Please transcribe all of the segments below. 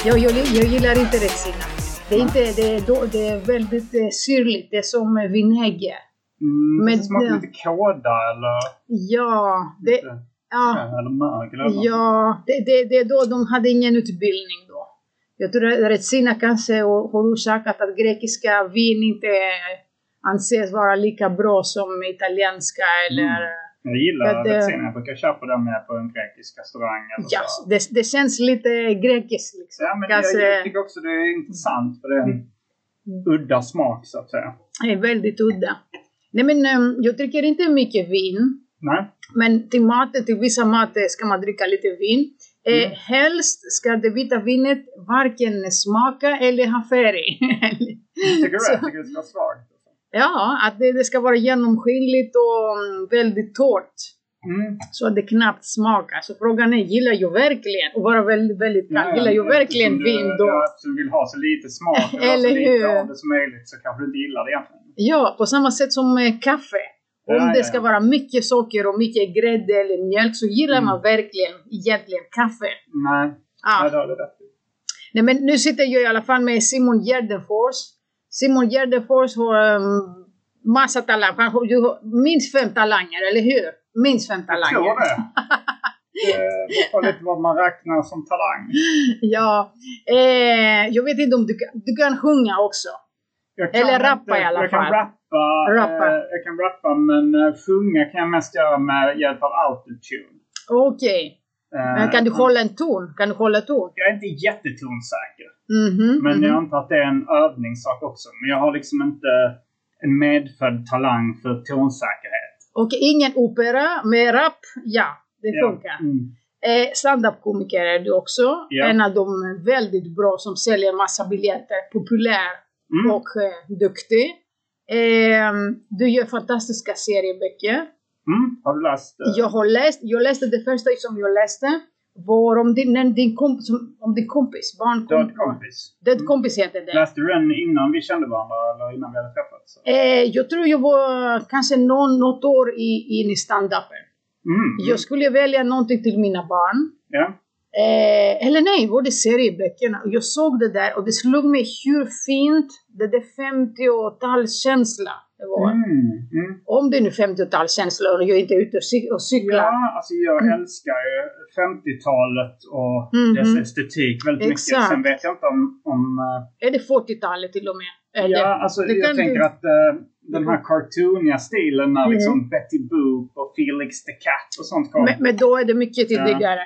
Jag gillar inte retsina. Det är väldigt syrligt. Det är som vinäger. Det smakar lite kåda eller... Ja, eller mörk eller något. Ja, det är då de hade ingen utbildning då. Jag tror att retsina kanske har orsakat att grekiska vin inte anses vara lika bra som italienska eller... Jag gillar retsina. Jag brukar köpa dem med på en grekisk restaurang. Eller ja, så. Det känns lite grekiskt liksom. Ja, men jag tycker också det är intressant för det är en udda smak så att säga. Det är väldigt udda. Nej men jag dricker inte mycket vin. Nej. Men till vissa mat ska man dricka lite vin. Helst ska det vita vinet varken smaka eller ha färg. Tycker du det? Jag tycker det ska vara svagt. Ja, att det ska vara genomskinligt och väldigt torrt. Så att det knappt smakar. Så frågan är, gillar jag verkligen och vara väldigt, väldigt kall? Gillar jag verkligen vin då? Ja, du vill ha så lite smak eller så lite av det som möjligt så kanske du inte gillar det egentligen. Ja, på samma sätt som kaffe. Om det ska vara mycket socker och mycket grädde eller mjölk så gillar man verkligen egentligen kaffe. Nej, det har du rätt. Nej, men nu sitter jag i alla fall med Simon Gärdenfors. Simon Gärdenfors har massa talanger. Han har minst 5 talanger, eller hur? Minst 5 talanger. Jag tror det. Det var lite vad man räknar som talang. Ja, jag vet inte om du kan sjunga också. Eller rappa i alla fall. Jag kan rappa, men sjunga kan jag mest göra med hjälp av autotune. Okej. Men kan du hålla en ton? Jag är inte jättetonsäker. Men jag antar att det är en övningssak också. Men jag har liksom inte en medfödd talang för tonsäkerhet. Okej, ingen opera med rap? Ja, det funkar. Stand-up-komiker är du också. En av de väldigt bra som säljer massa biljetter. Populär och duktig. Du gör fantastiska serieböcker. Har du läst? Jag läste det första som jag läste. Var om din kompis. Död kompis heter det. Läste du den innan vi kände varandra eller innan vi hade träffats? Jag tror jag var kanske något år in i stand-upen. Jag skulle välja någonting till mina barn. Ja. Eller nej, var det serieböckerna. Jag såg det där och det slog mig hur fint det där 50-talskänsla det var. Om det är nu 50-talskänsla och jag inte är ute och cyklar. Ja, alltså jag älskar 50-talet och dess estetik väldigt mycket. Sen vet jag inte om är det 40-talet till och med? Alltså jag tänker att den här cartooniga stilen när liksom Betty Boop och Felix the Cat och sånt kom. Men då är det mycket tidigare.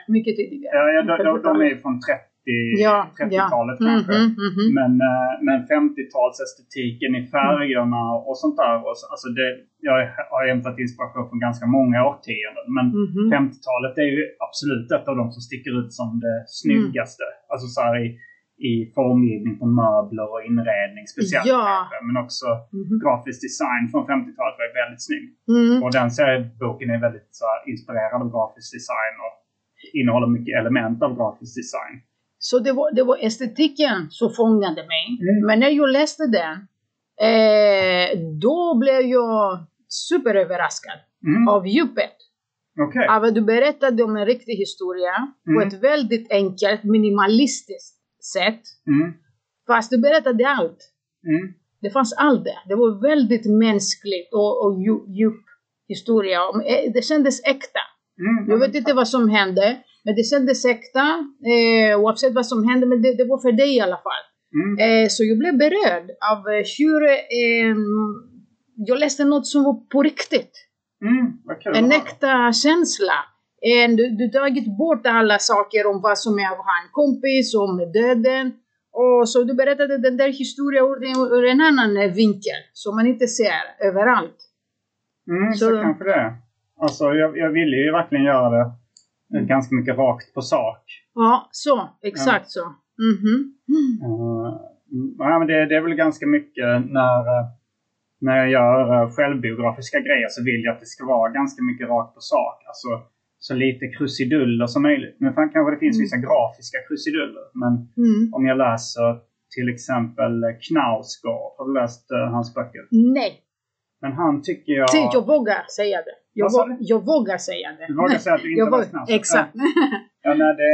De är från 30-talet kanske. Men 50-talsestetiken i färgerna och sånt där. Alltså jag har hämtat inspiration från ganska många årtionden. Men 50-talet är ju absolut ett av de som sticker ut som det snyggaste. Alltså så här i formgivning på möbler och inredning speciellt kanske. Men också grafisk design från 50-talet var väldigt snygg. Och den boken är väldigt så här, inspirerad av grafisk design och innehåller mycket element av grafisk design. Så det var estetiken som fångade mig. Men när jag läste den då blev jag superöverraskad av djupet. Okay. Av att du berättade om en riktig historia på ett väldigt enkelt, minimalistiskt sätt. Fast du berättade allt. Det fanns allt där. Det var väldigt mänskligt och djup historia. Det kändes äkta. Jag vet inte vad som hände. Men det kändes äkta. Oavsett vad som hände. Men det var för dig i alla fall. Så jag blev berörd av hur jag läste något som var på riktigt. En äkta känsla. Du tagit bort alla saker om vad som är av han kompis, om döden. Och så du berättade den där historien ur en annan vinkel. Som man inte ser överallt. Så kanske det. Alltså jag ville ju verkligen göra det ganska mycket rakt på sak. Ja, så. Exakt så. Ja, men det är väl ganska mycket när jag gör självbiografiska grejer så vill jag att det ska vara ganska mycket rakt på sak. Alltså så lite krusiduller som möjligt. Men kanske det finns vissa grafiska krusiduller. Men om jag läser till exempel Knausgård. Har du läst hans böcker? Nej. Men han tycker jag... Jag vågar säga det. Jag vågar säga det. Du vågar säga att du inte läst Knausgård? Exakt. Ja, nej,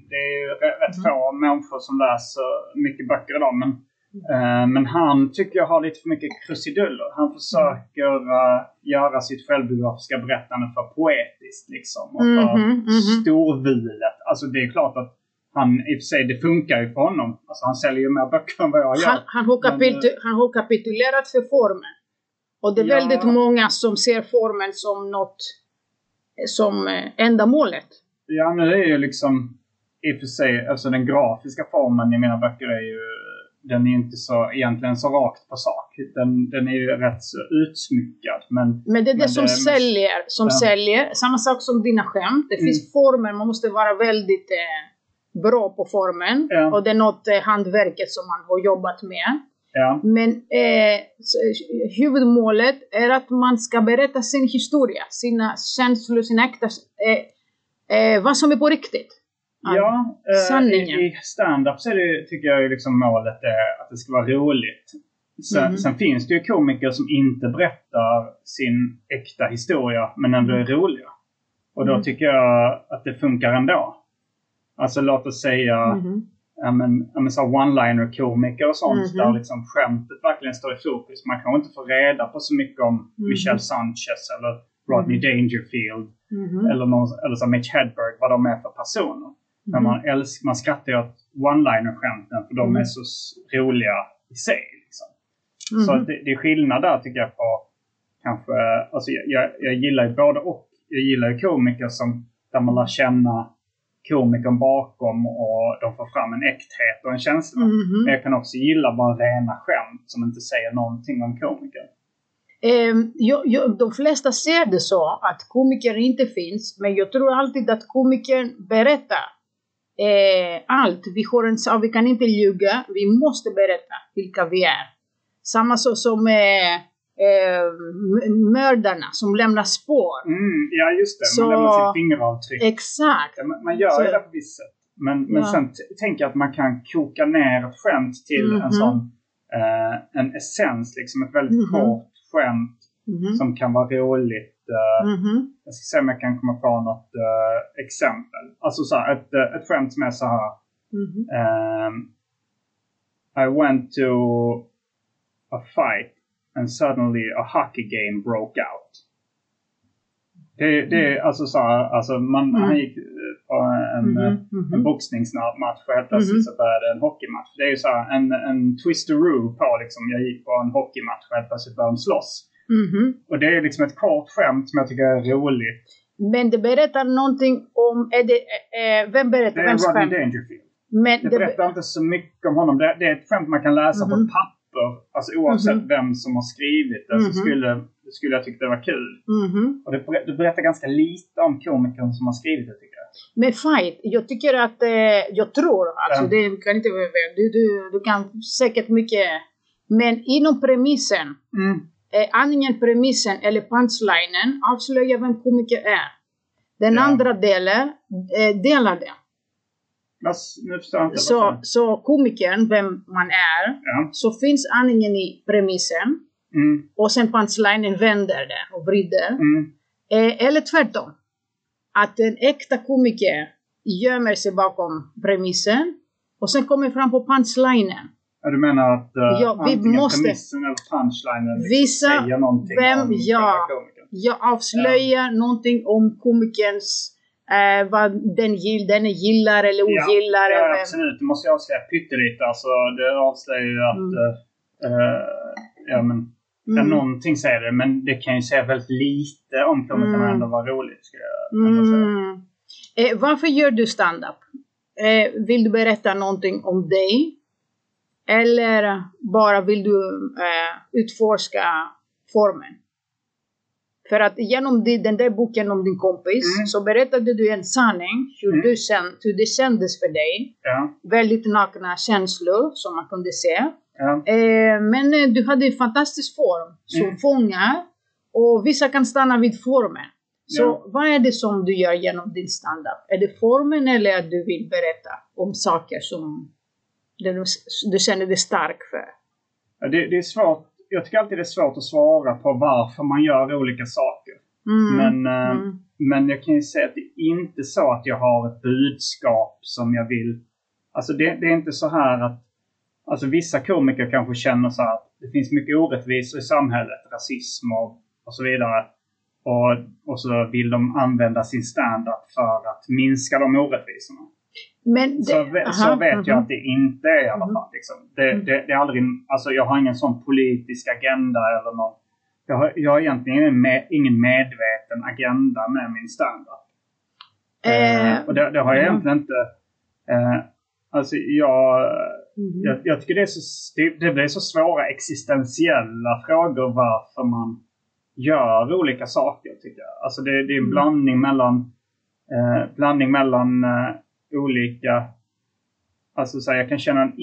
det är ju rätt få människor som läser mycket böcker idag. Men han tycker jag har lite för mycket krusiduller. Han försöker göra sitt självbiografiska berättande för poetiskt liksom. Och för storvulet. Alltså det är klart att han i och för sig, det funkar ju för honom. Alltså han säljer ju mer böcker än vad jag gör. Han har kapitulerat för formen. Och det är väldigt många som ser formen som något, som ändamålet. Ja, nu är ju liksom i och för sig, alltså den grafiska formen i mina böcker är ju, den är inte så egentligen så rakt på sak. Den är ju rätt så utsmyckad. Men det är det som säljer. Samma sak som dina skämt. Det finns former, man måste vara väldigt bra på formen. Ja. Och det är något handverket som man har jobbat med. Ja. Men huvudmålet är att man ska berätta sin historia, sina känslor, sin äkta, vad som är på riktigt. Ja, sanningen. I stand-up så är det, tycker jag liksom målet är att det ska vara roligt. Sen finns det ju komiker som inte berättar sin äkta historia men ändå är roliga. Och då tycker jag att det funkar ändå. Alltså låt oss säga så one-liner-komiker och sånt där liksom skämtet verkligen står i fokus. Man kan inte få reda på så mycket om Michelle Sanchez eller Rodney Dangerfield eller så Mitch Hedberg, vad de är för personer. Men man skrattar ju åt one-liner-skämten för de är så roliga i sig. Liksom. Så det är skillnad där tycker jag på kanske, alltså jag gillar ju både och. Jag gillar ju komiker där man lär känna komikern bakom och de får fram en äkthet och en känsla. Men jag kan också gilla bara rena skämt som inte säger någonting om komikern. De flesta ser det så att komiker inte finns, men jag tror alltid att komikern berättar allt. Vi kan inte ljuga, vi måste berätta vilka vi är. Samma så som mördarna som lämnar spår. Ja just det, man lämnar sitt fingeravtryck. Exakt. Man gör det på visst sätt. Men sen tänker jag att man kan koka ner ett skämt till en sån en essens, liksom ett väldigt kort skämt som kan vara roligt. Jag ska se om jag kan komma på något exempel. Alltså så här, ett skämt som är så här. I went to a fight and suddenly a hockey game broke out. Det är alltså så här, alltså han gick på en boxningsmatch och helt plötsligt så började en hockeymatch. Det är ju så här en twisteroo på liksom, jag gick på en hockeymatch och helt plötsligt började de slåss. Och det är liksom ett kort skämt som jag tycker är roligt. Men det berättar någonting om, vem berättar? Det är Rodney Dangerfield. Men det berättar inte så mycket om honom. Det är ett skämt man kan läsa på ett papper. Alltså oavsett vem som har skrivit det så skulle jag tycka det var kul. Och det berättar ganska lite om komikern som har skrivit det tycker jag. Men fight, jag tycker att, jag tror, alltså det kan inte vara, du kan säkert mycket, men inom premissen, antingen premissen eller punchlinen avslöjar vem komiker är. Den andra delen delar det. Så komikern, vem man är, så finns antingen i premissen och sen punchlinen vänder det och vrider. Eller tvärtom. Att en äkta komiker gömmer sig bakom premissen och sen kommer fram på punchlinen. Ja, du menar att premissen eller punchlinen säger någonting om komikern? Jag avslöjar någonting om komikerns vad den gillar eller ogillar. Ja, absolut. Det måste jag avslöja pyttelite. Alltså, det avslöjar ju att någonting säger det. Men det kan ju säga väldigt lite om komikern ändå var roligt. Ska jag ändå säga. Varför gör du stand-up? Vill du berätta någonting om dig? Eller bara vill du utforska formen? För att genom den där boken om din kompis så berättade du en sanning hur det kändes för dig. Väldigt nakna känslor som man kunde se. Men du hade en fantastisk form som fångar och vissa kan stanna vid formen. Så vad är det som du gör genom din stand-up? Är det formen eller att du vill berätta om saker som du känner dig stark för? Det är svårt. Jag tycker alltid det är svårt att svara på varför man gör olika saker. Men Men jag kan ju säga att det är inte så att jag har ett budskap som jag vill. Alltså det är inte så här att, alltså vissa komiker kanske känner så här att det finns mycket orättvisor i samhället, rasism och så vidare. Och så vill de använda sin stand-up för att minska de orättvisorna. Men så vet jag att det inte är i alla fall. Liksom. Det är aldrig, alltså jag har ingen sån politisk agenda eller någon. Jag har egentligen ingen medveten agenda med min stand-up. Och det har jag egentligen inte. Alltså jag tycker det blir så svåra existentiella frågor varför man gör olika saker, tycker jag. Alltså det är en blandning mellan olika, alltså så här, jag kan känna en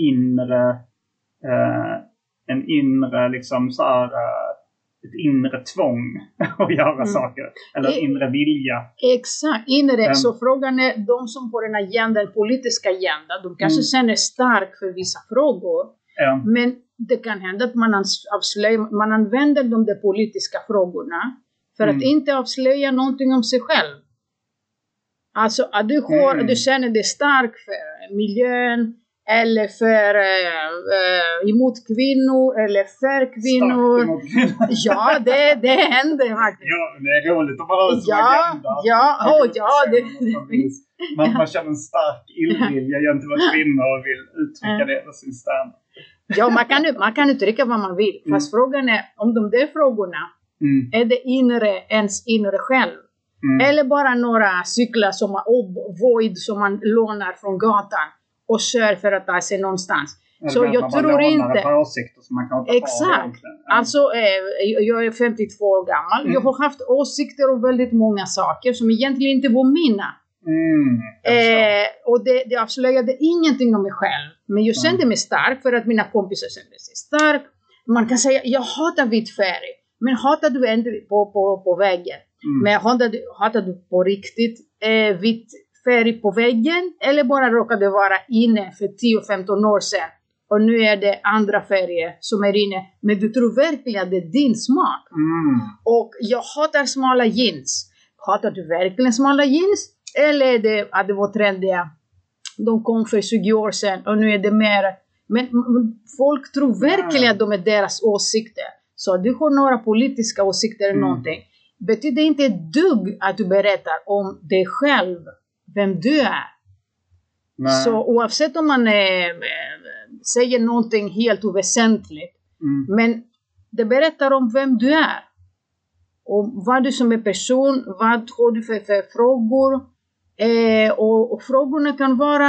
inre liksom så här, ett inre tvång att göra saker. Eller inre vilja. Exakt, inre. Så frågan är, de som har en agenda, en politisk agenda, de kanske känner starkt för vissa frågor. Men det kan hända att man använder de där politiska frågorna för att inte avslöja någonting om sig själv. Alltså att du känner dig stark för miljön, eller för emot kvinnor, eller för kvinnor. Ja, det händer faktiskt. Ja, det är roligt att vara som agenda. Man känner en stark illvilja gentemot kvinnor och vill uttrycka det på sin stand. Ja, man kan uttrycka vad man vill. Fast frågan är, om de där frågorna är det ens inre själv. Eller bara några cyklar som void som man lånar från gatan och kör för att ta sig någonstans. Så jag tror inte. Exakt. Alltså jag är 52 år gammal. Jag har haft åsikter om väldigt många saker som egentligen inte var mina. Och det avslöjade ingenting om mig själv. Men jag kände mig stark för att mina kompisar kände sig stark. Man kan säga, jag hatar vit färg. Men hatar du inte på väggen? Men hatar du på riktigt vit färg på väggen? Eller bara råkade vara inne för 10-15 år sedan? Och nu är det andra färger som är inne. Men du tror verkligen att det är din smak. Och jag hatar smala jeans. Hatar du verkligen smala jeans? Eller är det att det var trendiga? De kom för 20 år sedan och nu är det mer. Men folk tror verkligen att de är deras åsikter. Så du har några politiska åsikter eller någonting. Betyder inte ett dugg att du berättar om dig själv. Vem du är. Så oavsett om man säger någonting helt oväsentligt. Men det berättar om vem du är. Och vad du som är person. Vad har du för frågor. Och frågorna kan vara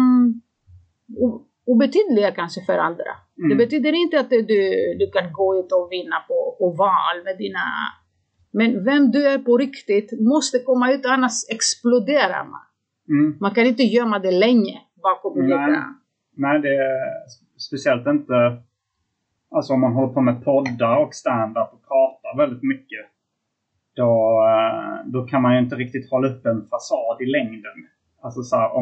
obetydliga kanske för andra. Det betyder inte att du kan gå ut och vinna på val med dina. Men vem du är på riktigt måste komma ut, annars exploderar man. Man kan inte gömma det länge bakom olika. Nej, det är speciellt inte. Alltså om man håller på med poddar och stand-up och pratar väldigt mycket. Då kan man ju inte riktigt hålla upp en fasad i längden. Alltså så här,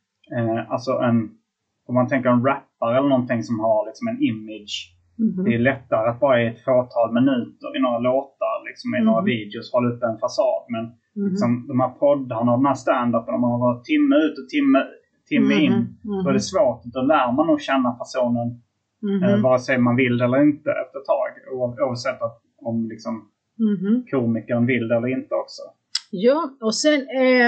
om man tänker en rappare eller någonting som har liksom en image. Det är lättare att bara i ett fåtal minuter i några låtar, liksom i några videos hålla upp en fasad. Men liksom, de här poddarna och de här stand-upen, om man har varit timme ut och timme in, då är det svårt. Då lär man nog känna personen vare sig man vill eller inte efter ett tag. Oavsett om liksom komikern vill eller inte också. Ja, och sen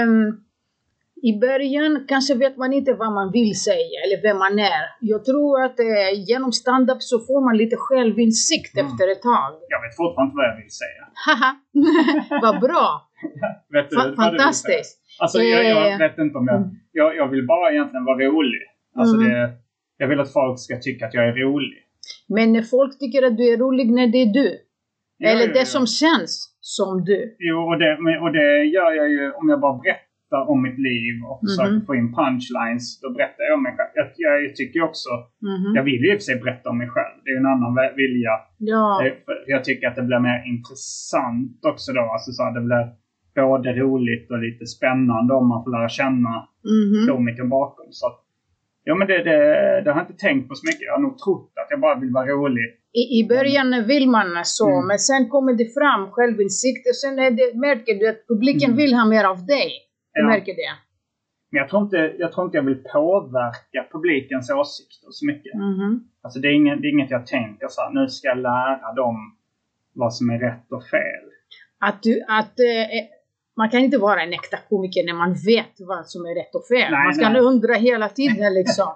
i början kanske vet man inte vad man vill säga eller vem man är. Jag tror att genom stand-up så får man lite självinsikt efter ett tag. Jag vet fortfarande inte vad jag vill säga. Haha, vad bra. Vet du fantastiskt. Alltså jag vet inte om jag vill bara egentligen vara rolig. Alltså jag vill att folk ska tycka att jag är rolig. Men när folk tycker att du är rolig när det är du. Eller det som känns som du. Jo, och det gör jag ju om jag bara berättar om mitt liv och försöker få in punchlines. Då berättar jag om mig själv. Jag tycker också, jag vill ju i och för sig berätta om mig själv. Det är en annan vilja. Ja. Jag tycker att det blir mer intressant också då. Alltså så det blir både roligt och lite spännande om man får lära känna komikern bakom. Så Ja, men det har jag inte tänkt på så mycket. Jag har nog trott att jag bara vill vara rolig. I början vill man så, men sen kommer det fram självinsikt och sen märker du att publiken vill ha mer av dig. Du märker det. Men jag tror inte jag vill påverka publikens åsikter så mycket. Alltså det är inget jag tänker så här, nu ska jag lära dem vad som är rätt och fel. Man kan inte vara en äkta komiker när man vet vad som är rätt och fel. Nej, man ska undra hela tiden liksom.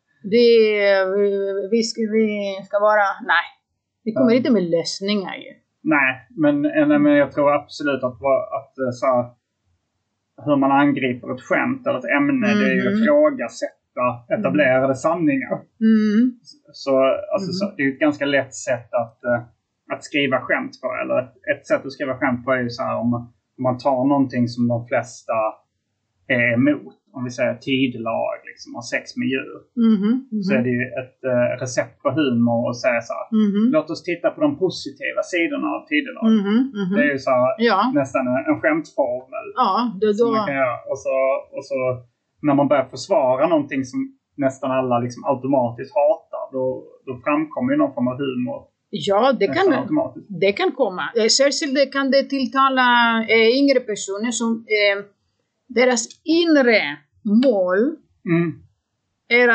Vi ska vara... Nej, vi kommer inte med lösningar ju. Nej, men jag tror absolut att så här, hur man angriper ett skämt eller ett ämne, det är ju att ifrågasätta etablerade sanningar. Så, så det är ett ganska lätt sätt att skriva skämt på. Eller ett sätt att skriva skämt på är ju så här, om man tar någonting som de flesta är emot. Om vi säger tidelag, liksom, och sex med djur. Så är det ju ett recept på humor och säga så här, låt oss titta på de positiva sidorna av tidelag. Det är ju så här, nästan en skämtformel. Ja, som man kan göra. Och så när man börjar försvara någonting som nästan alla liksom automatiskt hatar, då framkommer ju någon form av humor. Ja, det kan komma. Särskilt kan det tilltala yngre personer som deras inre mål är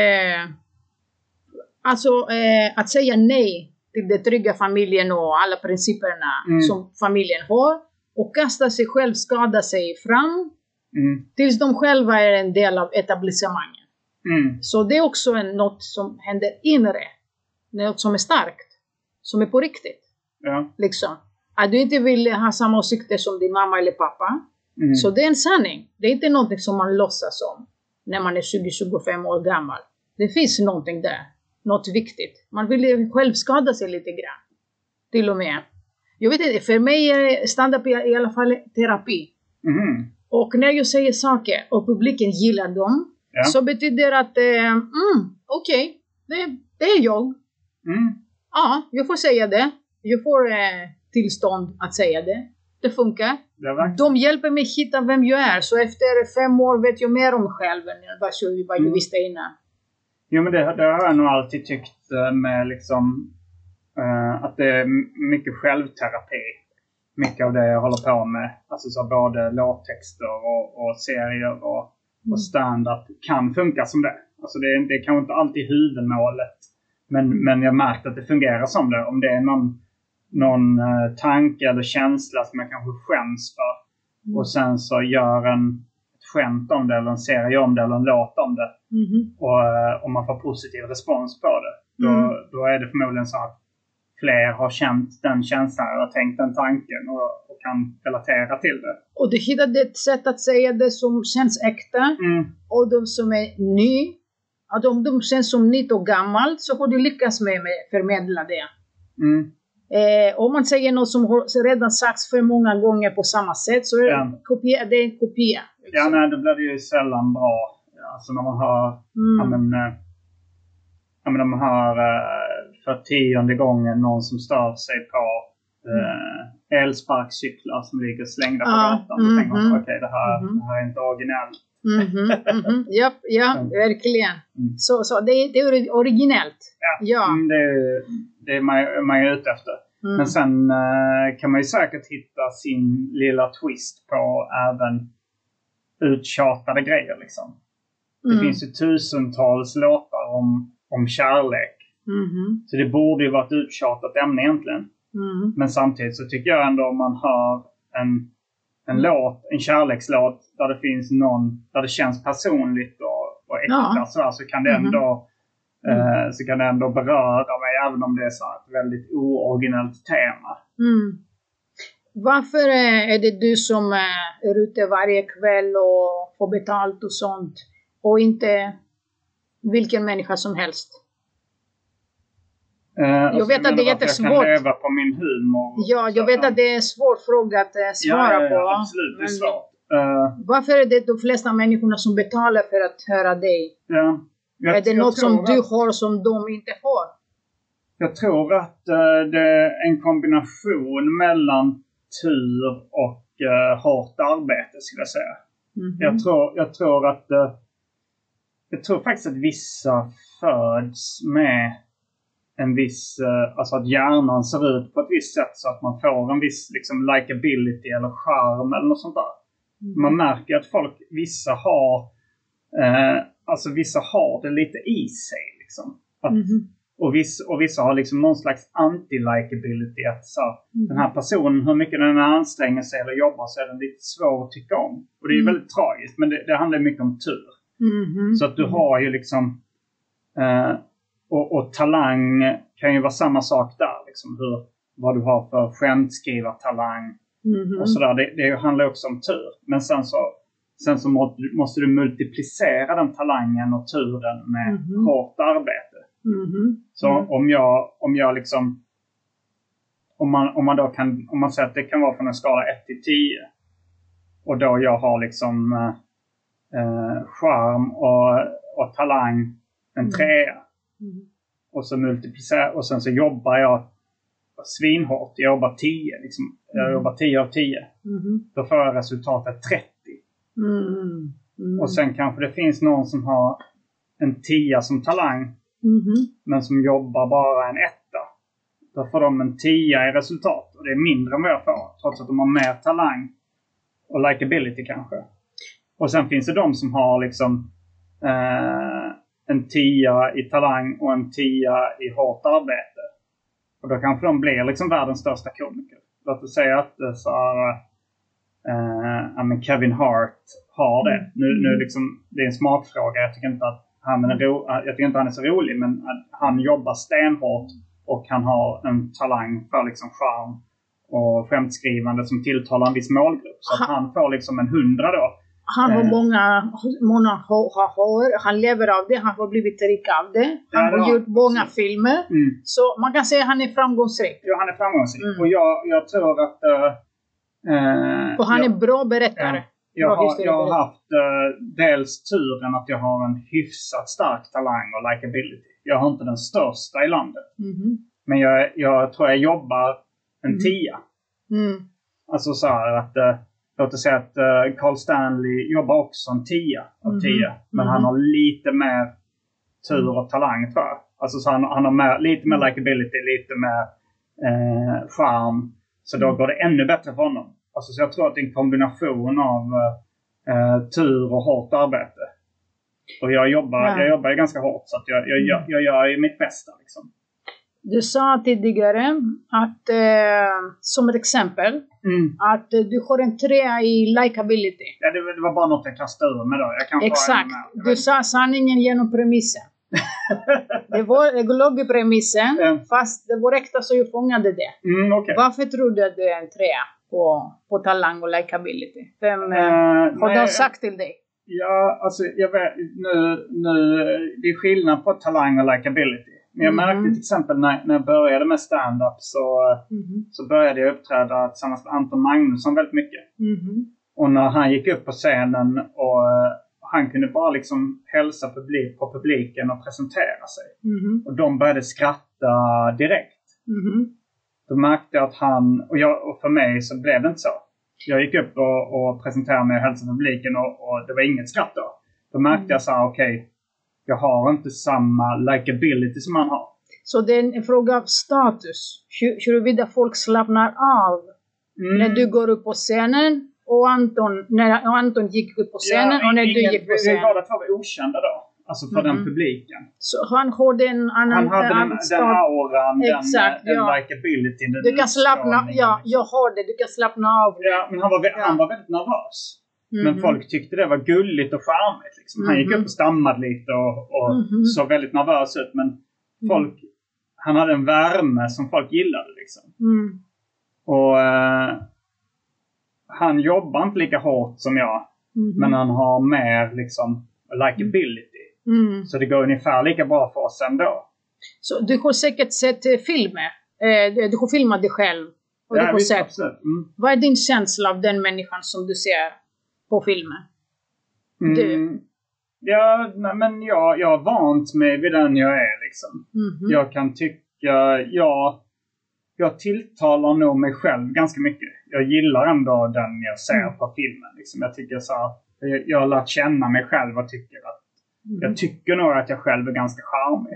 att säga nej till den trygga familjen och alla principerna som familjen har och kasta sig själv, skada sig fram tills de själva är en del av etablissemanget. Så det är också något som händer inre, något som är starkt, som är på riktigt. Liksom. Att du inte vill ha samma åsikter som din mamma eller pappa. Så det är en sanning. Det är inte någonting som man låtsas om när man är 20-25 år gammal. Det finns någonting där. Något viktigt. Man vill själv skada sig lite grann. Till och med. Jag vet inte, för mig är stand-up i alla fall terapi. Och när jag säger saker och publiken gillar dem, så betyder det att okej, det är jag. Ja, jag får säga det. Jag får tillstånd att säga det. Det funkar. De hjälper mig hitta vem jag är. Så efter 5 år vet jag mer om mig själv än vad jag visste innan. Jo, men det har jag nog alltid tyckt med liksom, att det är mycket självterapi. Mycket av det jag håller på med. Alltså så både låttexter och serier och stand-up kan funka som det. Alltså det är kanske inte alltid huvudmålet. Men jag märkt att det fungerar som det. Om det är någon tanke eller känsla som jag kanske skäms för. Och sen så gör ett skämt om det, eller en serie om det, eller en låt om det. Och man får positiv respons på det. Då är det förmodligen så att fler har känt den känslan eller tänkt den tanken och kan relatera till det. Och du hittade ett sätt att säga det som känns äkta. Och de som är ny, att om de känns som nytt och gammalt, så har du lyckats med förmedla det. Om man säger något som har redan sagts för många gånger på samma sätt, så är det en kopia. Liksom. Ja, nej, då blir det ju sällan bra. Alltså när man har de har för 10:e gången någon som stör sig på elsparkcyklar som ligger slängda på gatan. Då tänker man, okej, det här är inte originellt. Ja, verkligen. Så det är originellt. Det är man är ute efter. Men sen kan man ju säkert hitta sin lilla twist på även uttjatade grejer liksom. Det finns ju tusentals låtar om kärlek. Så det borde ju vara ett uttjatat ämne egentligen. Men samtidigt så tycker jag ändå om man har en kärlekslåt där det finns där det känns personligt och äkta så kan det ändå så kan det ändå beröra mig, även om det är så ett väldigt ooriginellt tema. Varför är det du som är ute varje kväll och får betalt och sånt, och inte vilken människa som helst? Jag vet att det är jättesvårt. Jag kan leva på min humor. Ja, jag vet att det är en svår fråga att svara på. Ja, absolut, det är svårt. Varför är det de flesta människorna som betalar för att höra dig? Är det något som du har som de inte har? Jag tror att det är en kombination mellan tur och hårt arbete, skulle jag säga. Jag tror att Jag tror faktiskt att vissa föds med en viss, alltså att hjärnan ser ut på ett visst sätt så att man får en viss liksom likability eller charm eller något sånt där. Man märker att vissa har det lite i sig liksom. Och vissa har liksom någon slags anti-likability. Att den här personen, hur mycket den anstränger sig eller jobbar, så är den lite svår att tycka om. Och det är väldigt tragiskt, men det handlar mycket om tur. Så att du har ju liksom och talang kan ju vara samma sak där liksom, vad du har för skämtskrivartalang och sådär. Det handlar också om tur, men sen så måste du multiplicera den talangen och turen med hårt arbete. Så om jag liksom om man säger att det kan vara från en skala 1 till 10 och då jag har liksom charm och talang en 3 och så multiplicerar och sen så jobbar jag svinhårt. Jag jobbar 10 liksom. Jag jobbar 10 av 10. Då får jag resultatet 30. Och sen kanske det finns någon som har en 10 som talang men som jobbar bara en 1. Då får de en 10 i resultat. Och det är mindre än vad jag får, trots att de har mer talang och likability kanske. Och sen finns det de som har liksom en 10 i talang och en 10 i hårt arbete. Och då kanske de blir liksom världens största komiker. Låt oss säga att Kevin Hart har det. Nu liksom, det är en smakfråga. Jag tycker inte att han är så rolig, men han jobbar stenhårt och han har en talang för liksom charm och skämtskrivande som tilltalar en viss målgrupp. Så att han får liksom en 100 då. Han har många hår, han lever av det, han har blivit rik av det. Han har gjort många filmer. Så man kan säga att han är framgångsrik. Ja, han är framgångsrik. Och jag tror att och han är bra berättare. Jag har haft dels turen att jag har en hyfsat stark talang och likability. Jag har inte den största i landet. Men jag tror jag jobbar en 10. Alltså så här att låt oss säga att Carl Stanley jobbar också en 10 av 10. Men han har lite mer tur och talang tror jag. Alltså så han har lite mer likability, lite mer charm. Så då går det ännu bättre för honom. Alltså, så jag tror att det är en kombination av tur och hårt arbete. Och jag jobbar ju ganska hårt, så att jag gör ju mitt bästa liksom. Du sa tidigare att som ett exempel att du har en 3 i likability. Ja, det var bara något jag kastade ur mig då. Exakt. Du sa sanningen genom premissen. Det låg i premissen, fast det var äkta så jag fångade det. Okay. Varför tror du att det är en 3 på talang och likability? Vem har de sagt till dig? Ja, alltså jag vet, nu det är skillnad på talang och likability. Men jag märkte till exempel när jag började med stand-up så började jag uppträda tillsammans med Anton Magnusson väldigt mycket. Och när han gick upp på scenen och han kunde bara liksom hälsa på publiken och presentera sig. Och de började skratta direkt. Då märkte jag att och för mig så blev det inte så. Jag gick upp och presenterade mig och hälsade publiken och det var inget skratt då. Då märkte jag så här, okej, jag har inte samma likability som han har. Så det är en fråga av status. Huruvida folk slappnar av när du går upp på scenen och Anton gick upp på scenen och när du gick på scenen. Vi båda två var okända då. Alltså för den publiken. Så han hade en annan... Han hade den auran, den likability. Du kan slappna... Ja, jag har det. Du kan slappna av. Ja, men han var väldigt nervös. Men folk tyckte det var gulligt och charmigt. Liksom. Han gick upp och stammade lite och såg väldigt nervös ut. Men han hade en värme som folk gillade. Liksom. Och han jobbar inte lika hårt som jag. Men han har mer liksom likability. Så det går ungefär lika bra för oss ändå. Så du har säkert sett filmer. Du har filmat dig själv. Och du har visst, sett. Absolut. Vad är din känsla av den människan som du ser på filmen? Ja, men jag är vant med vid den jag är liksom. Jag kan tycka, jag tilltalar nog mig själv ganska mycket. Jag gillar ändå den jag ser på filmen liksom. Jag tycker så här, jag har lärt känna mig själv och tycker att Jag tycker nog att jag själv är ganska charmig.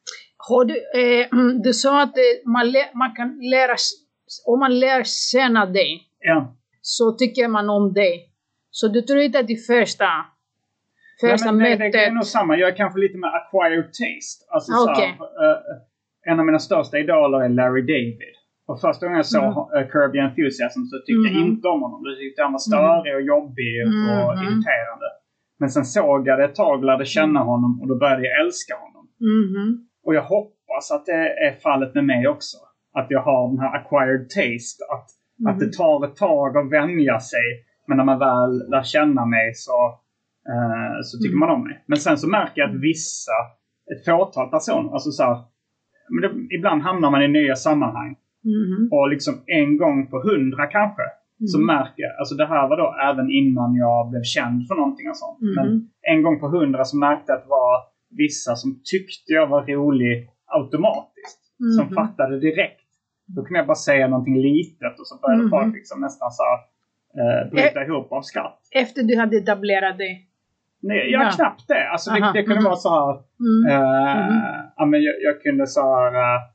Du sa att man kan lära, om man lär känna dig, så tycker man om dig. Så du tror inte att det första mötet... Det är nog samma. Jag är kanske lite mer acquired taste. Alltså en av mina största idoler är Larry David. Och första gången jag såg Curb Your Enthusiasm så tyckte jag inte om honom. Jag tyckte han var störig och jobbig och irriterande. Men sen såg jag det ett tag, lärde känna honom och då började jag älska honom. Och jag hoppas att det är fallet med mig också. Att jag har den här acquired taste. Att det tar ett tag att vänja sig. Men när man väl lär känna mig så tycker man om mig. Men sen så märker jag att ett fåtal personer, alltså så här, ibland hamnar man i nya sammanhang. Och liksom en gång på 100 kanske. Så märker jag, alltså det här var då även innan jag blev känd för någonting och sånt. Men en gång på 100 så märkte jag att det var vissa som tyckte jag var rolig automatiskt. Som fattade direkt. Då kunde jag bara säga någonting litet och så började folk liksom nästan så bryta ihop av skratt. Efter du hade etablerat dig? Nej, knappt det. Alltså det kunde vara så här. Men jag kunde så här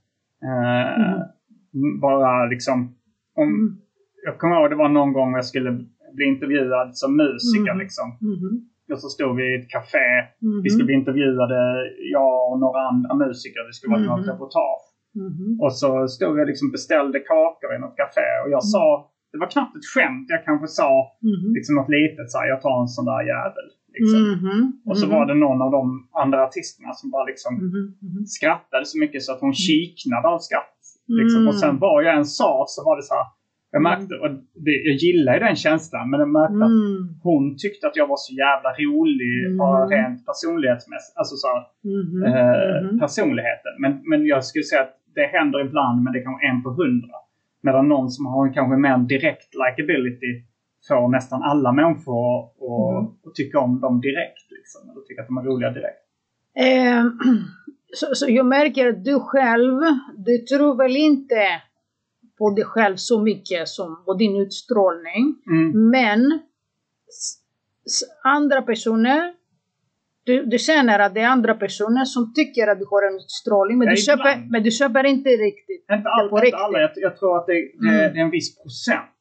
bara liksom jag kommer ihåg det var någon gång jag skulle bli intervjuad som musiker liksom. Och så stod vi i ett café. Vi skulle bli intervjuade, jag och några andra musiker. Det skulle vara något reportage. Och så stod jag liksom beställde kakor i något café. Och jag sa, det var knappt ett skämt. Jag kanske sa liksom något litet. Så här, jag tar en sån där jävel. Liksom. Och så var det någon av de andra artisterna som bara liksom skrattade så mycket så att hon kiknade av skratt. Liksom. Och sen var jag en sa så var det så här. Jag märkte, och jag gillar ju den känslan, men jag märkte att hon tyckte att jag var så jävla rolig bara rent personlighetsmässigt, alltså så personligheten. Men jag skulle säga att det händer ibland, men det kan vara 1 på 100. Medan någon som har kanske mer direkt likability får nästan alla människor och tycker om dem direkt liksom, eller tycker att de är roliga direkt. Så jag märker att du tror väl inte på dig själv så mycket som på din utstrålning. Men andra personer, du känner att det är andra personer som tycker att du har en utstrålning, men du köper inte riktigt. Inte alla. Jag tror att det är en viss procent.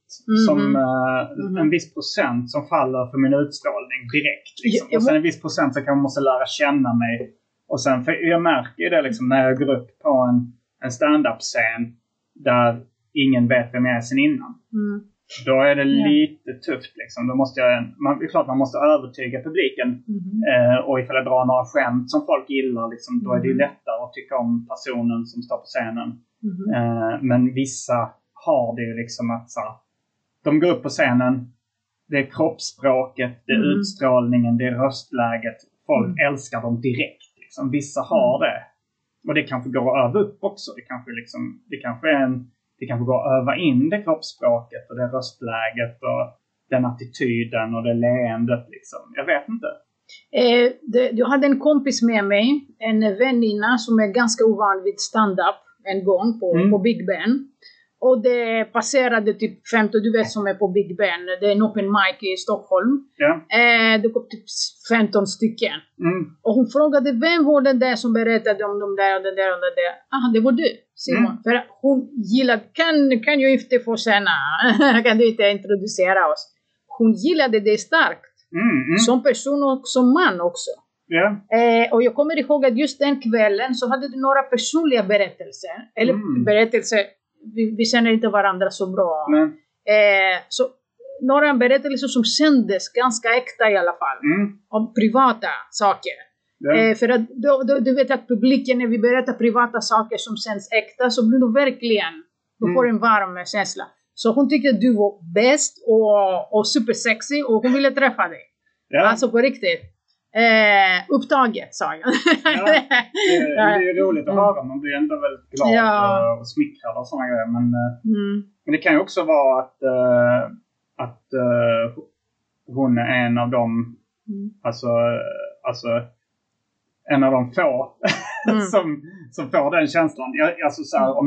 En viss procent som faller för min utstrålning direkt. Liksom. Och sen en viss procent så kan man måste lära känna mig. Och sen, för jag märker det liksom när jag går upp på en stand-up-scen där ingen vet vem jag är sen innan. Då är det lite tufft liksom. Då måste det är klart man måste övertyga publiken. Och ifall jag drar några skämt som folk gillar liksom, då är det ju lättare att tycka om personen som står på scenen. Men vissa har det ju liksom att så, de går upp på scenen, det är kroppsspråket, det är utstrålningen, det är röstläget. Folk älskar dem direkt liksom. Vissa har det. Och det kanske går att öva upp också. Det kanske går att öva in det kroppsspråket och det röstläget och den attityden och det leendet liksom. Jag vet inte. Jag hade en kompis med mig, en väninna som är ganska ovan vid stand-up en gång på Big Ben. Och det passerade typ 15, du vet som är på Big Ben, det är en open mic i Stockholm. Det kom typ 15 stycken. Och hon frågade, vem var den där som berättade om de där och den där och den där? Det var du, Simon. För hon gillade, kan ju inte få känna, kan du inte introducera oss? Hon gillade det starkt. Som person och som man också. Och jag kommer ihåg att just den kvällen så hade du några personliga berättelser. Eller berättelser, vi känner inte varandra så bra. Så några berättelser som kändes ganska äkta i alla fall. Om privata saker. För att du vet att publiken, när vi berättar privata saker som känns äkta, så blir du verkligen, du får en varm känsla. Så hon tyckte att du var bäst och supersexy och hon ville träffa dig. Alltså på riktigt. Upptaget, sa jag. Det är roligt att höra. Man blir ändå väldigt glad och smickrad och sådana grejer. Men det kan ju också vara att hon är en av dem, alltså en av de få som får den känslan. Alltså så här,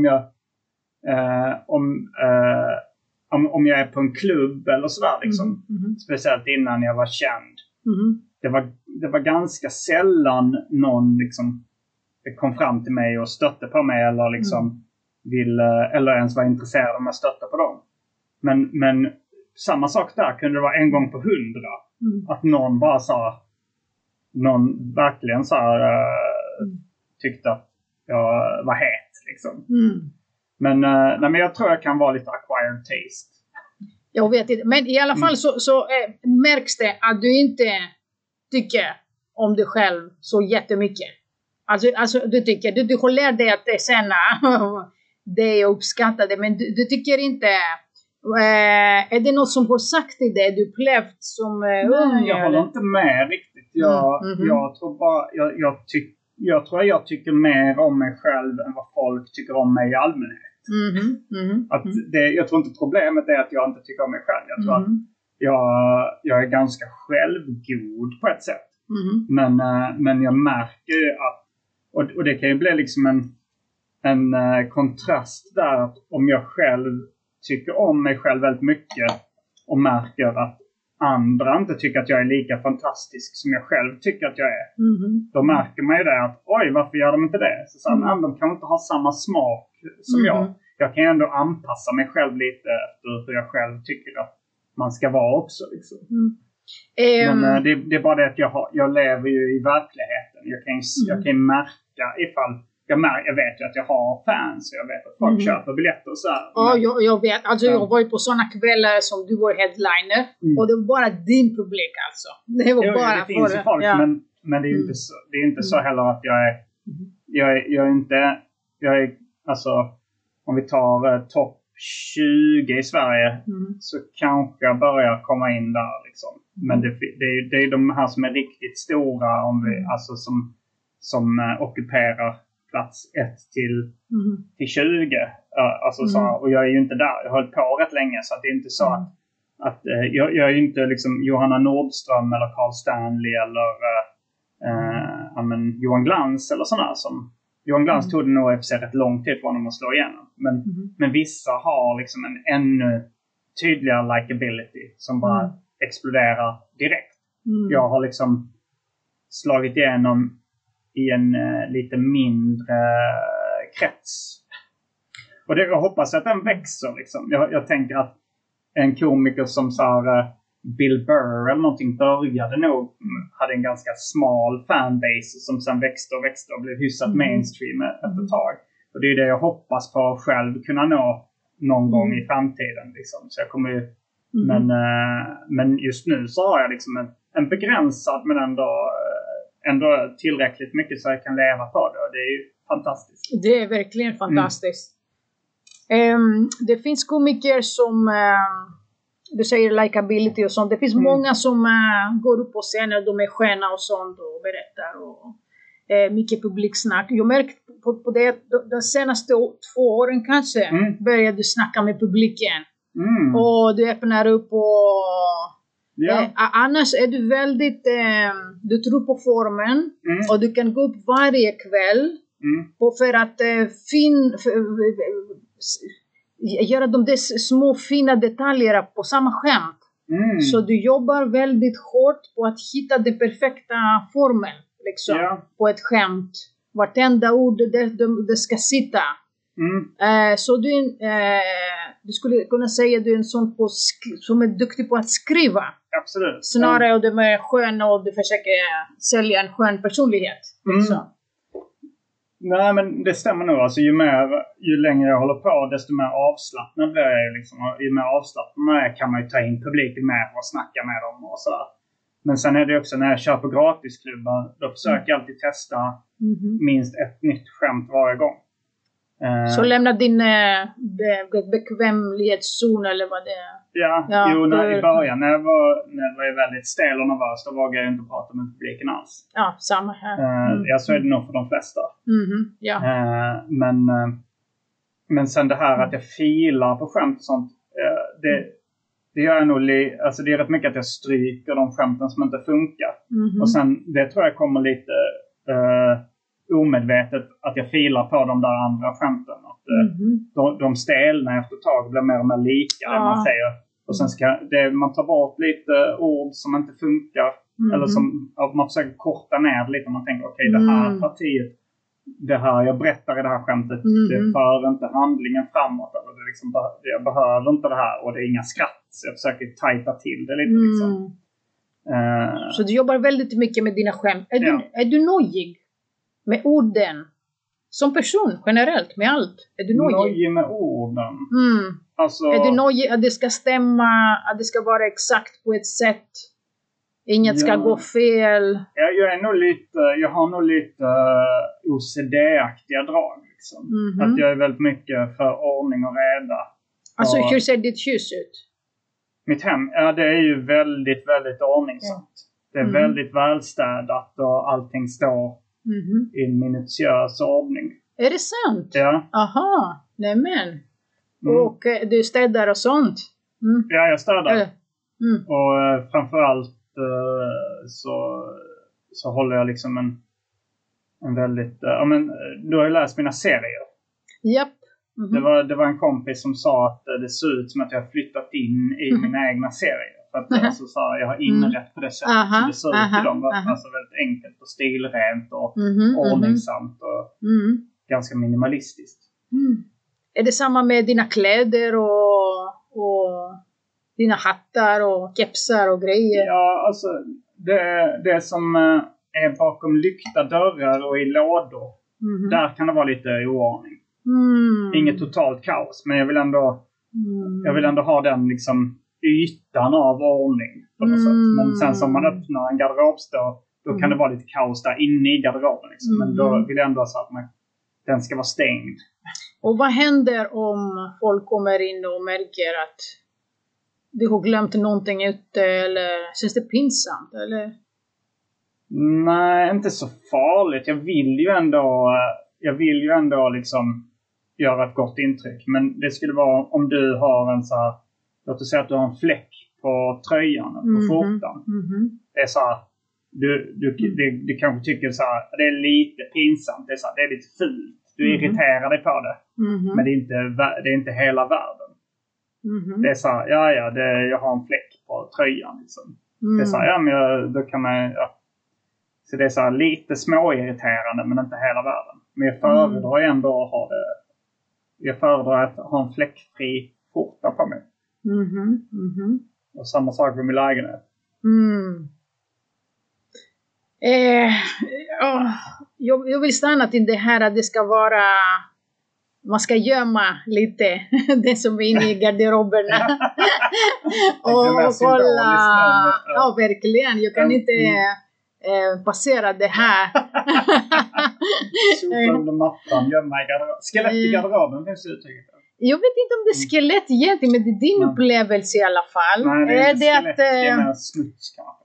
om jag är på en klubb eller sådär liksom, speciellt innan jag var känd, Det var ganska sällan någon liksom kom fram till mig och stötte på mig eller liksom eller ens var intresserad om att stötta på dem. Men samma sak där kunde det vara en gång på 100 att någon bara sa, någon verkligen så här, tyckte att jag var het liksom. Men jag tror jag kan vara lite acquired taste. Jag vet inte, men i alla fall så märks det att du inte tycker om dig själv så jättemycket. Alltså du tycker, du har lärt dig att känna det och uppskatta det, men du tycker inte, är det något som har sagt till dig, du upplevt som ung? Jag håller inte med riktigt. Jag tror bara, jag tror jag tycker mer om mig själv än vad folk tycker om mig i allmänhet. Att jag tror inte problemet är att jag inte tycker om mig själv. Jag tror att jag är ganska självgod på ett sätt. Men jag märker att, och det kan ju bli liksom en kontrast där, att om jag själv tycker om mig själv väldigt mycket och märker att andra inte tycker att jag är lika fantastisk som jag själv tycker att jag är. Då märker man ju det att, oj, varför gör de inte det? Så de kan inte ha samma smak som jag. Jag kan ju ändå anpassa mig själv lite efter hur jag själv tycker att man ska vara också. Liksom. Men det är bara det att jag lever ju i verkligheten. Jag kan märka ifall jag vet ju att jag har fans. Jag vet att folk köper biljetter och så här. Ja, jag vet. Alltså jag var ju på sådana kvällar som du var headliner. Och det var bara din publik alltså. Det var bara det finns ju folk. Ja. Men det är inte så, det är inte så heller att jag är alltså, om vi tar topp 20 i Sverige så kanske jag börjar komma in där liksom. Men det är de här som är riktigt stora, om vi, alltså som ockuperar plats 1 till 20. Alltså så, och jag är ju inte där. Jag har hållit på rätt länge, så att det är inte så att jag är ju inte liksom Johanna Nordström eller Carl Stanley eller Johan Glans eller sådär som Johan Glans tog det nog efter rätt lång tid för honom att slå igenom. Men vissa har liksom en ännu tydligare likability som bara exploderar direkt. Jag har liksom slagit igenom i en lite mindre krets. Och jag hoppas att den växer liksom. Jag tänker att en komiker som så här, Bill Burr eller någonting började nog, hade en ganska smal fanbase som sen växte och blev hyfsat mainstream efter ett tag. Och det är det jag hoppas på själv kunna nå någon gång i framtiden liksom. Så jag kommer ju, men just nu så har jag liksom en begränsad men ändå tillräckligt mycket så jag kan leva på det. Och det är ju fantastiskt. Det är verkligen fantastiskt. Det finns komiker som du säger likability och sånt. Det finns många som går upp på scenen och de är stjärna och sånt och berättar och mycket publiksnack. Jag märkt på det de senaste 2 åren kanske började du snacka med publiken. Och du öppnar upp och annars är du väldigt du tror på formen och du kan gå upp varje kväll och för att göra de där små fina detaljerna på samma skämt. Så du jobbar väldigt hårt på att hitta den perfekta formen liksom, på ett skämt. Vartenda ord det ska sitta. Så du skulle kunna säga att du är en sån som är duktig på att skriva. Absolut. Snarare du är skön och du försöker sälja en skön personlighet. Nej, men det stämmer nog. Alltså, ju längre jag håller på, desto mer avslappnad blir jag. Liksom. Ju mer avslappnad kan man ju ta in publiken med och snacka med dem och sådär. Men sen är det också när jag kör på gratisklubbar, då försöker jag alltid testa minst ett nytt skämt varje gång. Så lämna din bekvämlighetszon eller vad det är? I början när jag var väldigt stel och nervös, då vågade jag inte prata med publiken alls. Ja, samma här. Så är det nog för de flesta. Men sen det här att jag filar på skämt och sånt, det gör jag nog, alltså det är rätt mycket att jag stryker de skämten som inte funkar. Och sen, det tror jag kommer lite omedvetet att jag filar på de där andra skämten. Att de stelnar efter ett tag, blir mer och mer lika man säger. Och sen man tar bort lite ord som inte funkar. Eller som man försöker korta ner lite. Man tänker okej, det här partiet, det här jag berättar i det här skämtet, det för inte handlingen framåt. Eller det liksom, jag behöver inte det här och det är inga skratt. Så jag försöker tajta till det lite liksom. Så du jobbar väldigt mycket med dina skämt. Är du nojig med orden? Som person, generellt, med allt. Är du nojig? Nojig med orden? Alltså, är du nojig att det ska stämma, att det ska vara exakt på ett sätt? Inget ska gå fel? Jag har nog lite OCD-aktiga drag. Liksom. Att jag är väldigt mycket för ordning och reda. Alltså, hur ser ditt hus ut? Mitt hem, det är ju väldigt, väldigt ordningsamt. Det är väldigt välstädat och allting står i en minutiös ordning. Är det sant? Ja. Aha, nämen. Och du städar och sånt? Ja, jag städar. Och framförallt så håller jag liksom en väldigt... du har ju läst mina serier. Japp. Det var en kompis som sa att det ser ut som att jag har flyttat in i mina egna serier. För att alltså, så jag har inrätt på det sättet. Så det ser ut till dem. Alltså väldigt enkelt och stilrent och ordningsamt och ganska minimalistiskt. Är det samma med dina kläder och dina hattar och kepsar och grejer? Ja, alltså det som är bakom lyckta dörrar och i lådor. Där kan det vara lite oordning. Inget totalt kaos, men jag vill ändå ha den liksom ytan av ordning på något sätt. Men sen som man öppnar en garderobsdörr, då kan det vara lite kaos där inne i garderoben liksom. Men då vill jag ändå så att den ska vara stängd. Och vad händer om folk kommer in och märker att du har glömt någonting ute, eller känns det pinsamt eller? Nej, inte så farligt. Jag vill ju ändå liksom göra ett gott intryck. Men det skulle vara om du har en så här, låt oss säga att du har en fläck på tröjan, på skjortan. Det är så här, du kanske tycker så här, det är lite pinsamt, det är lite fult. Du irriterar dig på det. Men det är inte hela världen. Det är så här, jag har en fläck på tröjan liksom. Det är så här, men då kan man så det är så här lite småirriterande, men inte hela världen. Men jag föredrar ändå att ha det. Jag föredrar att ha en fläckfri skjorta på mig. Och samma sak med min lägenhet. Jag vill stanna till det här att det ska vara... Man ska gömma lite det som är inne i garderoberna. och kolla... Ja, verkligen. Jag kan inte... passera det här. Sopa under mattan, gömma i garderoben. Skelett i garderoben, hur ser det ut? Jag vet inte om det är skelett egentligen, men det är din upplevelse i alla fall. Nej, det är inte skelett, det är mer smuts kanske.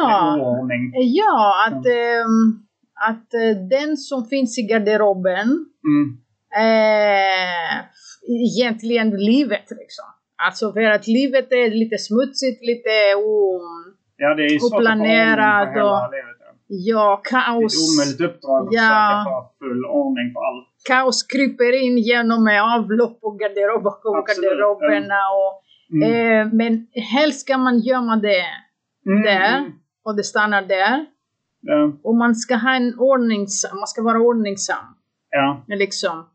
Ja, att den som finns i garderoben egentligen livet liksom. Alltså för att livet är lite smutsigt, lite det är så oplanerat och livet, kaos. Det är ett omöjligt uppdrag att försöka få full ordning på allt. Kaos kryper in genom avlopp och garderoberna men helst ska man gömma det där och det stannar där. Och man ska ha man ska vara ordningsam. Liksom.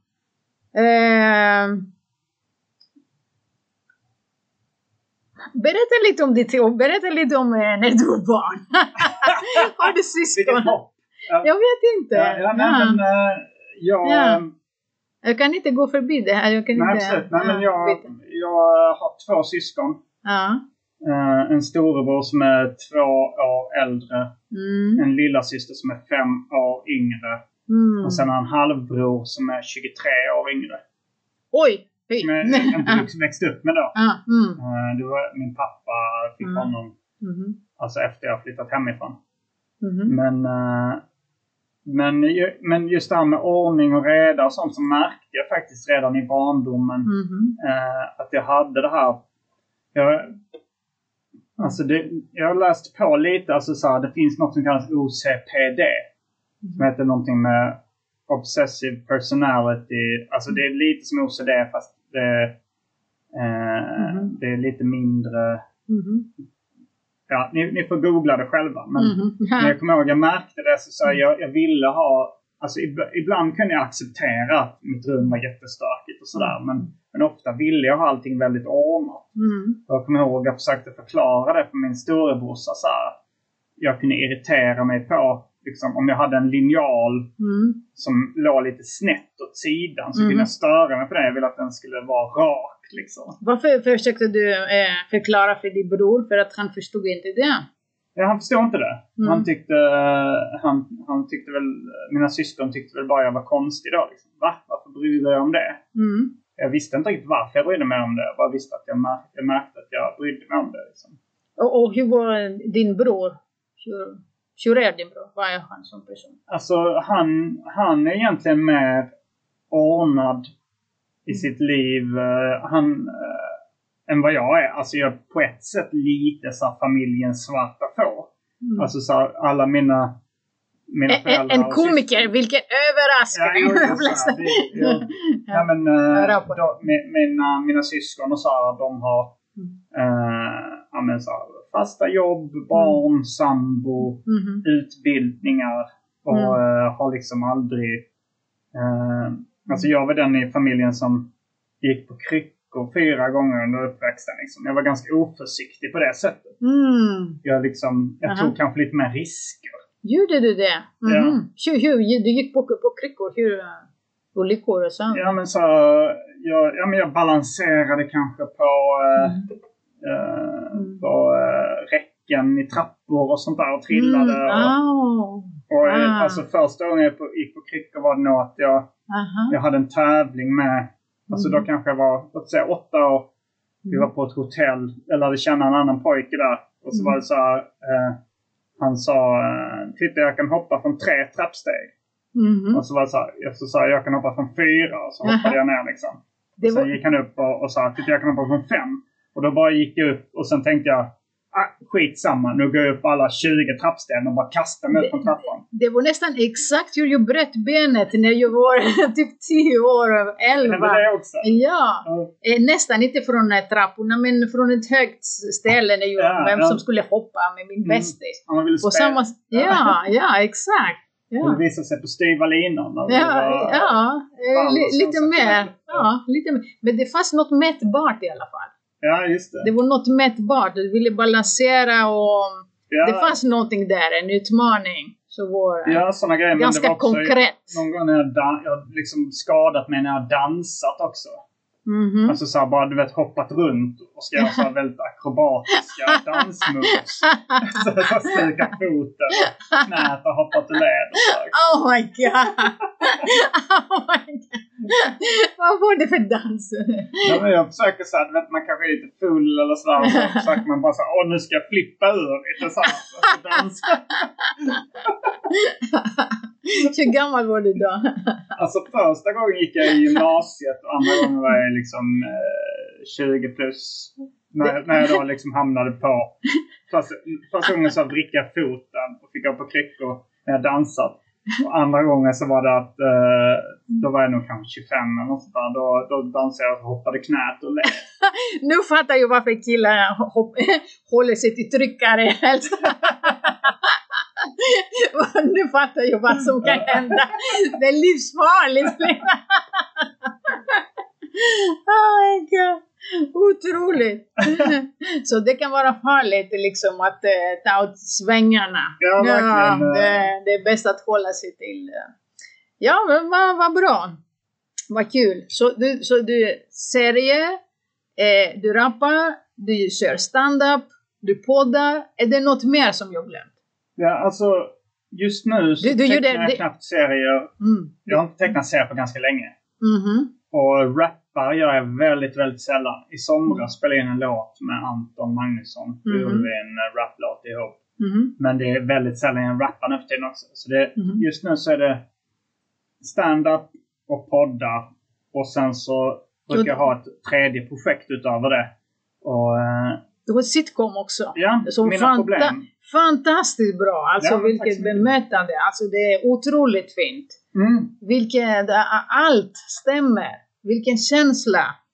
Berätta lite om när du var barn. Har du syskon? Jag vet inte. Jag kan inte gå förbi det här. Jag har 2 syskon. En storebror som är 2 år äldre. En lilla syster som är 5 år yngre. Och sen en halvbror som är 23 år yngre. Oj! Som jag inte växte upp med då. Det var min pappa fick honom alltså efter jag flyttat hemifrån. Men just det här med ordning och reda och sånt, så märkte jag faktiskt redan i barndomen att jag hade det här. Jag har läst på lite, alltså så här, det finns något som kallas OCPD som heter någonting med obsessive personality. Alltså det är lite som OCD fast det är lite mindre Ja, ni får googla det själva. Men jag kommer ihåg, jag märkte det så jag ville ha... Alltså ibland kunde jag acceptera att mitt rum var jättestökigt och sådär. Men ofta ville jag ha allting väldigt ordnat. Jag kommer ihåg att jag försökte förklara det för min storebrorsa så här. Jag kunde irritera mig på, liksom, om jag hade en linjal som låg lite snett åt sidan, så kunde jag störa mig på det. Jag ville att den skulle vara rak, liksom. Varför försökte du förklara för din bror? För att han förstod inte det? Ja, han förstod inte det. Han tyckte väl, mina syskon tyckte väl bara jag var konstig då. Liksom. Va? Varför brydde jag om det? Jag visste inte riktigt varför jag brydde mig om det. Jag bara visste att jag märkte att jag brydde mig om det. Liksom. Och hur var din bror? Hur är din bror? Vad är han som person? Alltså han är egentligen mer ordnad i sitt liv. Än vad jag är. Alltså jag är på ett sätt lite så familjens svarta får. Alltså så alla mina föräldrar. En komiker, vilken överraskning. Mina syskon och så de har fasta jobb, barn, sambo, utbildningar och har liksom aldrig alltså jag var den i familjen som gick på kryckor 4 gånger under uppväxten liksom. Jag var ganska oförsiktig på det sättet. Jag tog kanske lite mer risker. Gjorde du det? Hur du gick på kryckor? Hur olyckor och så? Ja, men så jag balanserade kanske på räcken i trappor och sånt där och trillade. Alltså första gången jag gick på kryckor var det nog att jag hade en tävling med, alltså då kanske jag var, låt säga 8 år. Vi var på ett hotell, eller hade känna en annan pojke där. Och så var det så här, han sa, titta jag kan hoppa från 3 trappsteg. Och så var det så här, jag sa jag kan hoppa från 4 och så hoppade jag ner liksom. Och sen gick han upp och sa, titta jag kan hoppa från 5. Och då bara gick jag upp och sen tänkte jag, skitsamma, nu går jag upp alla 20 trappstegen och bara kastar mig ut från trappan. Det var nästan exakt hur jag bröt benet när jag var typ 10 år, 11. Hände det också? Ja, nästan inte från trapporna men från ett högt ställe när jag som skulle hoppa med min bästis. Man ville spela. Ja, exakt. Ja. Det visade sig på styva linan. Lite mer. Men det fanns något mätbart i alla fall. Ja, just det. Det var något mätbart. Du ville balansera och det fanns någonting där, en utmaning. Så var såna grejer, ganska men det var också konkret. Någon gång när jag liksom skadat mig när jag dansat också. Alltså så här, bara du vet hoppat runt och ska göra så här väldigt akrobatiska dansmoves. Så jag stryka foten och knät och hoppat i led och så. Oh my god. Vad var det för dans? Ja, men jag försöker så här, du vet man kanske är lite full eller sådär. Och så försöker man bara så här, nu ska jag flippa ur lite så här. Och dansa. Hur gammal var du då? Alltså första gången gick jag i gymnasiet och andra gången var jag liksom 20 plus. När jag då liksom hamnade på första gången så vrickade jag foten och fick upp på kryckor när jag dansat. Och andra gången så var det att då var jag nog kanske 25 eller något sånt där. Då dansade jag och hoppade knät och led. Nu fattar jag varför killar håller sig till tryckare helst. Nu fattar jag vad som kan hända. Det är livsfarligt. Oh my God. Otroligt. Så det kan vara farligt liksom att ta ut svängarna. Ja, verkligen. Det är bäst att hålla sig till. Ja, men vad bra. Vad kul. Så du serier, du rappar, du kör stand-up, du poddar. Är det något mer som jag glömt? Ja, alltså just nu så tecknar jag knappt serier. Jag har inte tecknat serier på ganska länge. Och rappar gör jag väldigt, väldigt sällan. I somras spelade jag in en låt med Anton Magnusson. Vi gjorde en raplåt ihop. Men det är väldigt sällan jag rappar nu för tiden också. Så det, just nu så är det stand-up och poddar. Och sen så brukar jag ha ett tredje projekt utöver det. Och du har sitcom också. Ja, mina problem. Fantastiskt bra. Alltså vilket bemötande. Alltså det är otroligt fint. Allt stämmer. Vilken känsla.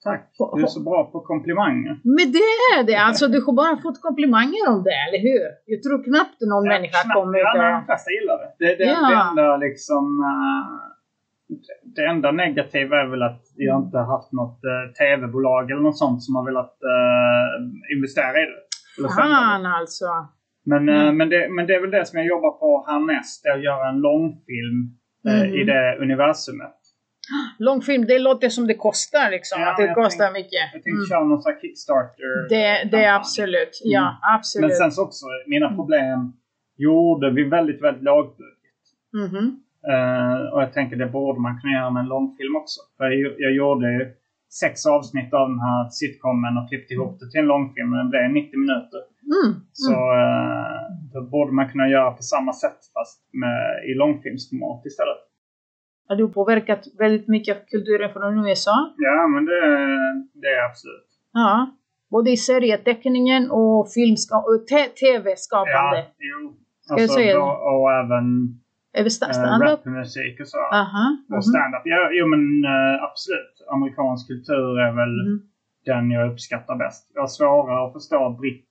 Tack. Du är så bra på komplimanger. Men det är det. Alltså du har bara fått komplimanger om det, eller hur? Jag tror knappt någon människa kommer ut. Ja, de flesta gillar det. Det enda liksom... det enda negativa är väl att jag inte har haft något tv-bolag eller något sånt som har velat investera i det. Fan alltså. Men det är väl det som jag jobbar på härnäst. Att göra en långfilm i det universumet. Långfilm, det låter som det kostar liksom. Att det kostar mycket. Jag tänkte köra någon sån här Kickstarter. Det är absolut. Ja, absolut. Men sen så också, mina problem gjorde vi väldigt, väldigt lågbudget. Och jag tänker det borde man kunna göra med en långfilm också. För jag gjorde 6 avsnitt av den här sitcomen och klippte ihop det till en långfilm. Den blev 90 minuter. Så då borde man kunna göra på samma sätt fast i långfilmsformat istället. Har du påverkat väldigt mycket av kulturen från USA? Ja, men det är absolut. Ja, både i serieteckningen och tv-skapande. Ja, jo. Alltså, och även rapmusik och så. Och stand-up. Jo, men absolut. Amerikansk kultur är väl den jag uppskattar bäst. Jag har svårare att förstå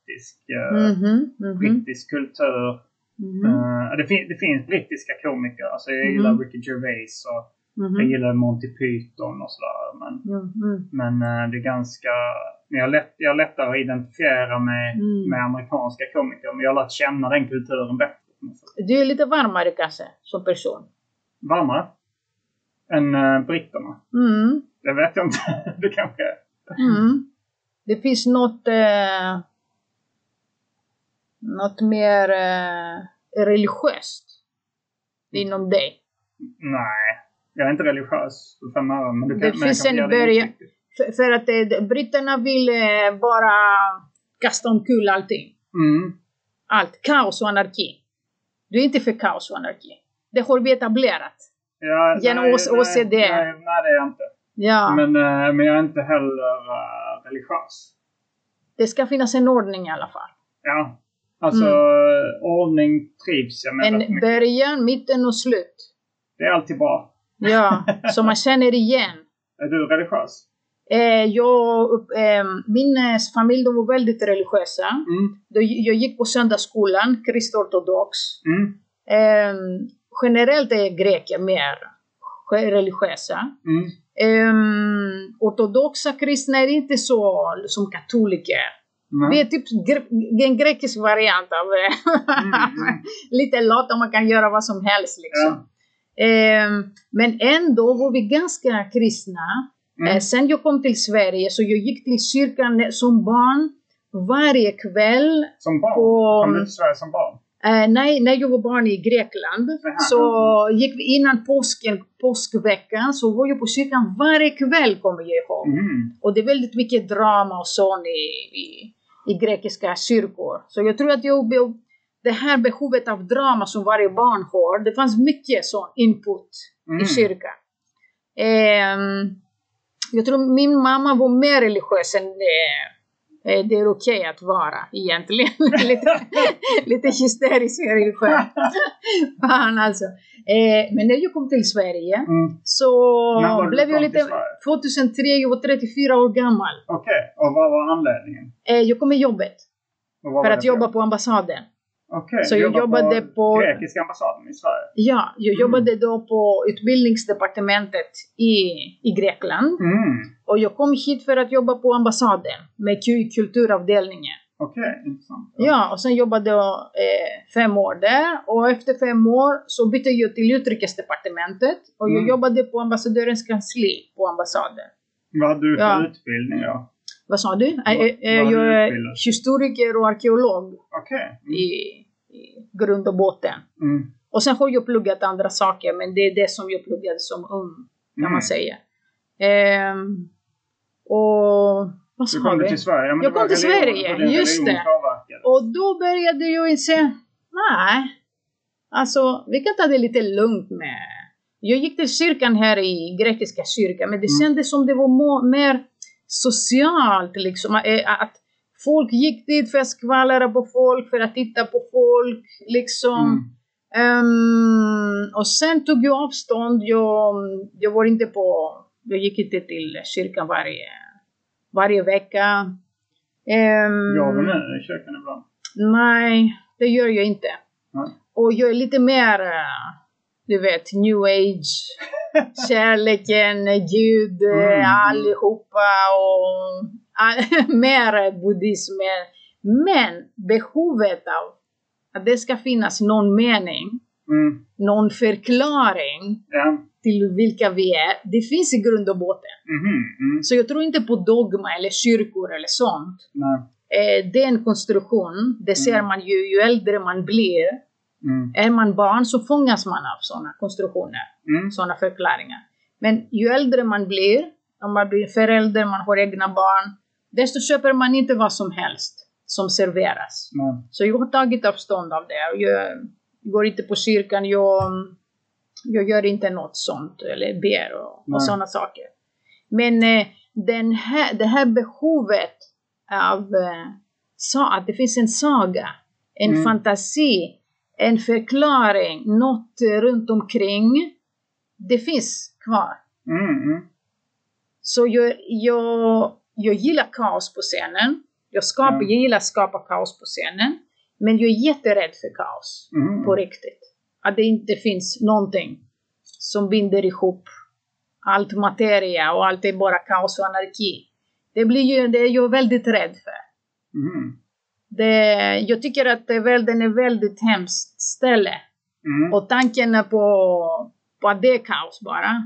brittisk kultur. Det finns brittiska komiker. Alltså jag gillar Ricky Gervais och jag gillar Monty Python och sådär. Men det är ganska... Jag har lättare att identifiera mig med amerikanska komiker. Men jag har lärt känna den kulturen bättre. Du är lite varmare kanske som person. Varmare? Än britterna? Det vet jag inte. Det kanske är. Det finns något mer religiöst inom dig. Nej, jag är inte religiös för 5 år. Men det finns en början. För att britterna vill bara kasta omkull allting. Allt. Kaos och anarki. Du är inte för kaos och anarki. Det har vi etablerat. Genom OCD. Nej, det är jag inte. Ja. Men jag är inte heller religiös. Det ska finnas en ordning i alla fall. Ja. Alltså ordning trivs jag med. En början, mitten och slut. Det är alltid bra. Ja, så man känner igen. Är du religiös? Min familj var väldigt religiösa. Jag gick på söndagsskolan, kristortodox. Generellt är greker mer religiösa. Ortodoxa kristna är inte så som katoliker. Det är typ en grekisk variant av lite låt, man kan göra vad som helst liksom. Men ändå var vi ganska kristna. Sen jag kom till Sverige så jag gick till kyrkan som barn varje kväll. Som barn? Kom du till Sverige som barn? Nej, när jag var barn i Grekland så gick vi innan påskveckan så var jag på kyrkan varje kväll, kommer jag ihåg. Och det är väldigt mycket drama och sånt i grekiska kyrkor. Så jag tror att det här behovet av drama som varje barn har, det fanns mycket sån input i kyrkan. Jag tror min mamma var mer religiös än det är okej att vara egentligen. lite hysterisk religiös. Fan alltså. Men när jag kom till Sverige så blev jag lite... 2003, jag var 34 år gammal. Okej, och vad var anledningen? Jag kom med jobbet. För att jobba på ambassaden. Okej, så jag jobbade på grekiska ambassaden i Sverige? Ja, jag jobbade då på utbildningsdepartementet i Grekland. Och jag kom hit för att jobba på ambassaden med kulturavdelningen. Okej, intressant. Ja, och sen jobbade jag 5 år där. Och efter 5 år så bytte jag till utrikesdepartementet. Och jag jobbade på ambassadörens kansli på ambassaden. Vad hade du för utbildning då? Vad sa du? Jag är historiker och arkeolog. I grund och botten. Och sen har jag pluggat andra saker. Men det är det som jag pluggade som ung, kan man säga. Och vad sa du kom till Sverige? Jag kom till Sverige, just det. Och då började jag inse, nej. Alltså, vi kan ta det lite lugnt med. Jag gick till kyrkan här i grekiska kyrkan. Men det kändes som det var mer socialt liksom, att folk gick dit för att skvallra på folk, för att titta på folk liksom. Och sen tog jag avstånd. Jag var inte på, jag gick inte till kyrkan varje vecka. Gör du nu i kyrkan ibland? Nej, det gör jag inte. Och jag är lite mer, du vet, new age, kärleken, Gud, allihopa och mer buddhism. Men behovet av att det ska finnas någon mening, någon förklaring till vilka vi är, det finns i grund och botten. Så jag tror inte på dogma eller kyrkor eller sånt. Det är en konstruktion, det ser man ju äldre man blir. Är man barn så fångas man av sådana konstruktioner, sådana förklaringar. Men ju äldre man blir, om man blir förälder, man har egna barn, desto köper man inte vad som helst som serveras. Så jag har tagit avstånd av det. Jag går inte på kyrkan, jag gör inte något sånt, eller ber och sådana saker. Men det här behovet av att det finns en saga, en fantasi, en förklaring, något runt omkring, det finns kvar. Så jag gillar kaos på scenen. Jag gillar att skapa kaos på scenen. Men jag är jätterädd för kaos på riktigt. Att det inte finns någonting som binder ihop allt materia och allt är bara kaos och anarki. Det är jag väldigt rädd för. Jag tycker att världen är väldigt hemskt ställe. Och tanken på att det är kaos bara.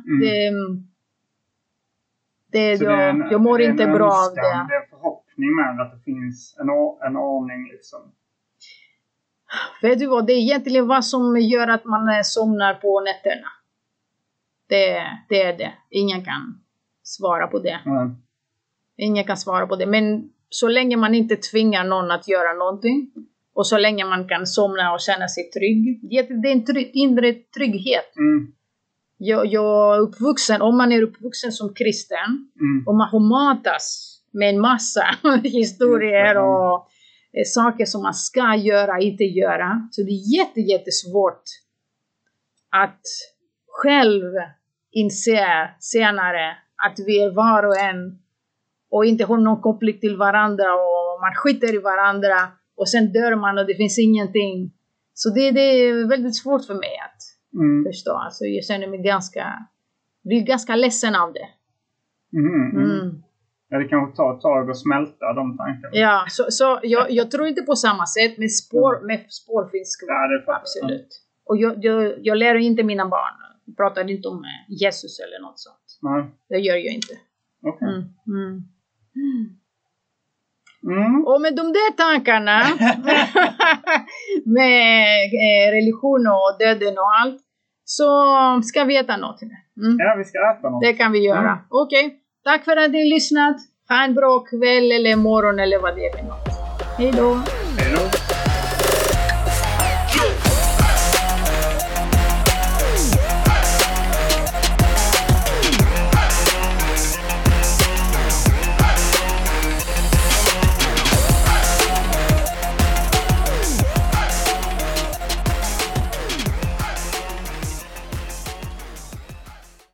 Jag mår inte bra av det. Det är förhoppning med att det finns en ordning liksom. Vet du vad, det är egentligen vad som gör att man somnar på nätterna. Det är det. Ingen kan svara på det. Ingen kan svara på det. Men så länge man inte tvingar någon att göra någonting. Och så länge man kan somna och känna sig trygg. Det är en inre trygghet. Jag är uppvuxen, om man är uppvuxen som kristen. Och man har matas med en massa historier och saker som man ska göra, inte göra. Så det är jättesvårt att själv inse senare att vi är var och en och inte har någon koppling till varandra och man skiter i varandra och sen dör man och det finns ingenting. Så det är väldigt svårt för mig att förstå. Alltså jag känner mig blir ganska ledsen av det. Ja, det kan ta ett tag att smälta de tankarna. Ja, så jag tror inte på samma sätt, men spår finns kvar. Ja, det absolut. Och jag lär inte mina barn. Jag pratar inte om Jesus eller något sånt. Nej. Det gör jag inte. Okay. Och med de där tankarna med religion och döden och allt, så ska vi äta något. Ja, vi ska äta något. Det kan vi göra. Okej. Tack för att ni lyssnat. Ha en bra kväll eller morgon eller vad det är för något. Hej då. Hej då.